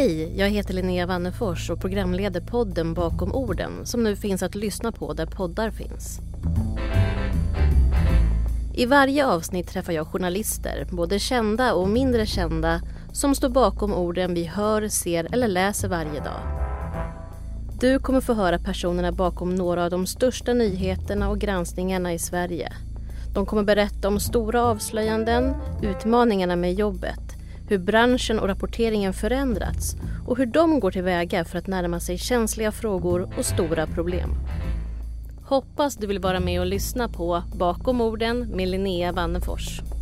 Hej, jag heter Linnea Wannefors och programleder podden Bakom orden som nu finns att lyssna på där poddar finns. I varje avsnitt träffar jag journalister, både kända och mindre kända, som står bakom orden vi hör, ser eller läser varje dag. Du kommer få höra personerna bakom några av de största nyheterna och granskningarna i Sverige. De kommer berätta om stora avslöjanden, utmaningarna med jobbet, hur branschen och rapporteringen förändrats och hur de går tillväga för att närma sig känsliga frågor och stora problem. Hoppas du vill vara med och lyssna på Bakom orden med Linnea Wannefors.